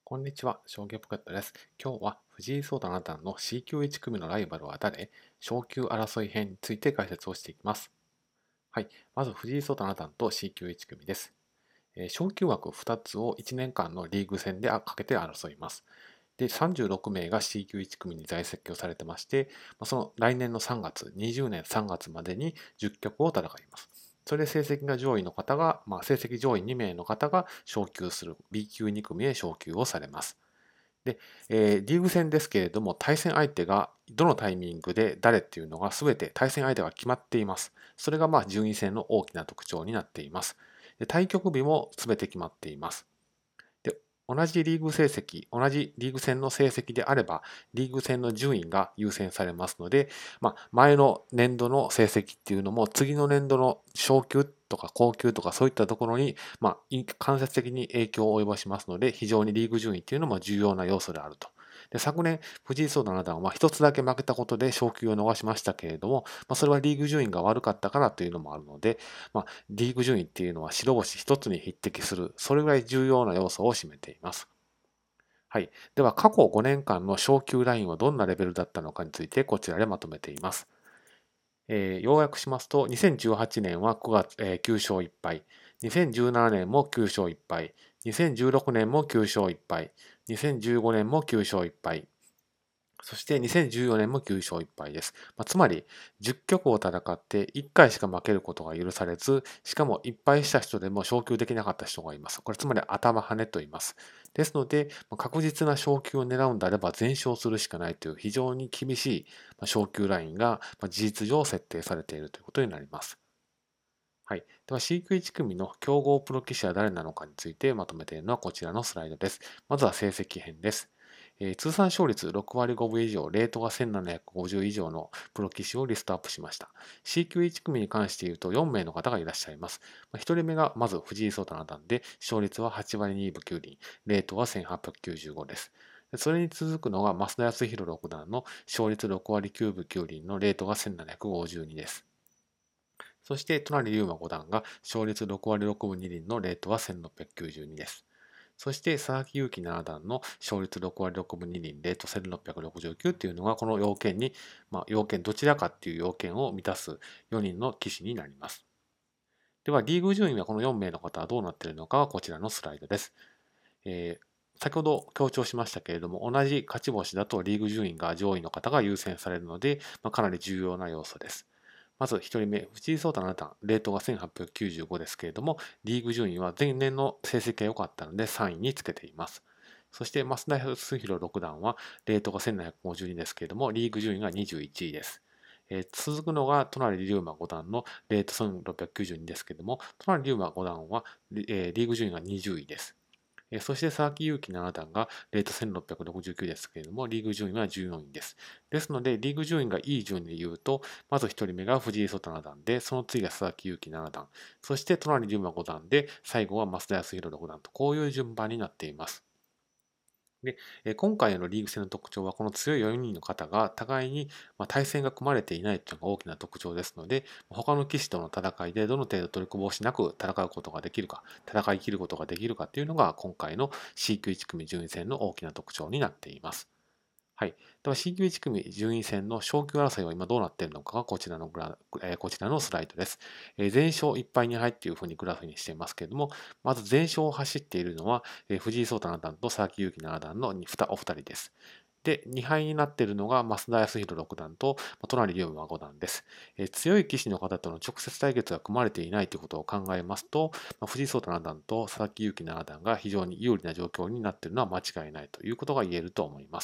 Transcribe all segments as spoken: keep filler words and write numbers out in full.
こんにちは、将棋ポケットです。今日は藤井聡太七段の シーきゅういち 組のライバルは誰昇級争い編について解説をしていきます。はい、まず藤井聡太七段と シーきゅういち 組です。えー昇級枠ふたつをいちねんかんのリーグ戦でかけて争います。で、さんじゅうろく名が シーきゅういち 組に在籍をされてまして、その来年のさんがつ、にじゅうねんさんがつまでにじゅっ局を戦います。それで成績が上位の方が、まあ、成績上位に名の方が昇級する ビーきゅうに組へ昇級をされます。で、えーリーグ戦ですけれども、対戦相手がどのタイミングで誰っていうのが全て対戦相手が決まっています。それがまあ順位戦の大きな特徴になっています。で、対局日も全て決まっています。で、同じリーグ成績、同じリーグ戦の成績であれば、リーグ戦の順位が優先されますので、まあ、前の年度の成績っていうのも、次の年度の昇級とか高級とかそういったところに、まあ、間接的に影響を及ぼしますので、非常にリーグ順位っていうのも重要な要素であると。で、昨年、藤井聡太七段は一つだけ負けたことで昇級を逃しましたけれども、まあ、それはリーグ順位が悪かったからというのもあるので、まあ、リーグ順位っていうのは白星一つに匹敵する、それぐらい重要な要素を占めています。はい。では、過去ごねんかんの昇級ラインはどんなレベルだったのかについて、こちらでまとめています。えー要約しますと、にせんじゅうはちねんはくがつ、えーきゅう勝いっ敗、にせんじゅうななねんもきゅう勝いっ敗、にせんじゅうろくねんもきゅう勝いっ敗、にせんじゅうごねんもきゅう勝いっ敗、そしてにせんじゅうよねんもきゅう勝いっ敗です。まあ、つまり、じゅっ局を戦っていっかいしか負けることが許されず、しかもいっ敗した人でも昇級できなかった人がいます。これつまり頭跳ねと言います。ですので、確実な昇級を狙うんであれば全勝するしかないという非常に厳しい昇級ラインが事実上設定されているということになります。はい。では シーきゅういち 組の競合プロ棋士は誰なのかについてまとめているのはこちらのスライドです。まずは成績編です。えー通算勝率ろく割ごぶ以上、レートがせんななひゃくごじゅう以上のプロ棋士をリストアップしました。シーきゅういち 組に関して言うとよん名の方がいらっしゃいます。まあひとりめがまず藤井聡太七段で、勝率ははち割にぶきゅう厘、レートはせんはっぴゃくきゅうじゅうごです。それに続くのが増田康弘六段の勝率ろく割きゅうぶきゅう厘のレートがせんななひゃくごじゅうにです。そして、隣龍馬五段が勝率ろく割ろくぶに厘のレートはせんろっぴゃくきゅうじゅうにです。そして、佐々木勇気七段の勝率ろく割ろくぶに厘、レートせんろっぴゃくろくじゅうきゅうというのが、この要件に、まあ、要件どちらかっていう要件を満たすよにんの棋士になります。では、リーグ順位はこのよん名の方はどうなっているのかはこちらのスライドです。えー先ほど強調しましたけれども、同じ勝ち星だとリーグ順位が上位の方が優先されるので、まあ、かなり重要な要素です。まずひとりめ、藤井聡太七段、レートがせんはっぴゃくきゅうじゅうごですけれども、リーグ順位は前年の成績が良かったのでさんいにつけています。そして、増田康弘六段は、レートがせんななひゃくごじゅうにですけれども、リーグ順位がにじゅういちいです。えー続くのが、隣龍馬五段のレートせんろっぴゃくきゅうじゅうにですけれども、隣龍馬五段は、えーリーグ順位がにじゅういです。そして佐々木勇気七段がレートせんろっぴゃくろくじゅうきゅうですけれども、リーグ順位はじゅうよんいです。ですので、リーグ順位がいい順で言うと、まずひとりめが藤井聡太七段で、その次が佐々木勇気七段、そして隣龍馬五段で、最後は増田康弘六段と、こういう順番になっています。で、今回のリーグ戦の特徴は、この強いよにんの方が互いに対戦が組まれていないというのが大きな特徴ですので、他の棋士との戦いでどの程度取りこぼしなく戦うことができるか、戦い切ることができるかというのが、今回の シーきゅういち 組順位戦の大きな特徴になっています。はい。では シーきゅういち 組順位戦の昇級争いは今どうなっているのかがこちらのグラ、えーこちらのスライドです。えー、全勝いっ敗に敗っていうふうにグラフにしていますけれども、まず全勝を走っているのは、えー藤井聡太七段と佐々木勇気七段のお二人です。で、に敗になっているのが増田康弘六段と隣龍馬五段です。えー強い棋士の方との直接対決が組まれていないということを考えますと、まあ藤井聡太七段と佐々木勇気七段が非常に有利な状況になっているのは間違いないということが言えると思います。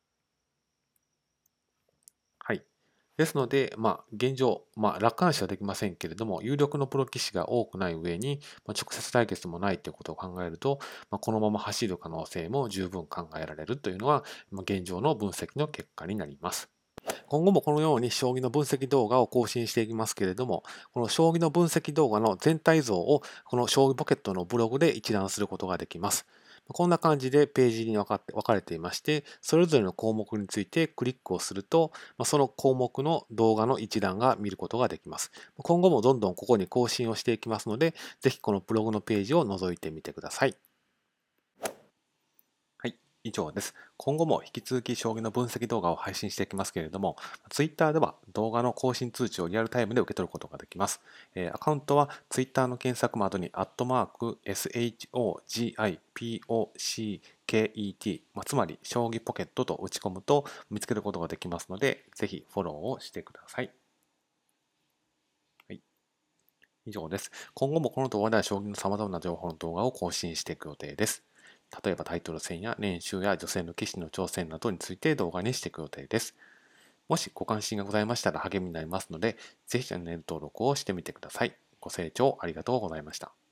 はい。ですので、まあ、現状、まあ、楽観視はできませんけれども、有力のプロ棋士が多くない上に、まあ、直接対決もないということを考えると、まあ、このまま走る可能性も十分考えられるというのは、まあ、現状の分析の結果になります。今後もこのように将棋の分析動画を更新していきますけれども、この将棋の分析動画の全体像をこの将棋ポケットのブログで一覧することができます。こんな感じでページに分かって分かれていまして、それぞれの項目についてクリックをすると、その項目の動画の一覧が見ることができます。今後もどんどんここに更新をしていきますので、ぜひこのブログのページを覗いてみてください。 以上です。今後も引き続き将棋の分析動画を配信していきますけれども、Twitter では動画の更新通知をリアルタイムで受け取ることができます。えーアカウントは Twitter の検索窓にアットマーク ショギポケット、まあ、つまり将棋ポケットと打ち込むと見つけることができますので、ぜひフォローをしてください。はい、以上です。今後もこの動画では将棋の様々な情報の動画を更新していく予定です。例えばタイトル戦や練習や女性の棋士の挑戦などについて動画にしていく予定です。もしご関心がございましたら励みになりますので、ぜひチャンネル登録をしてみてください。ご清聴ありがとうございました。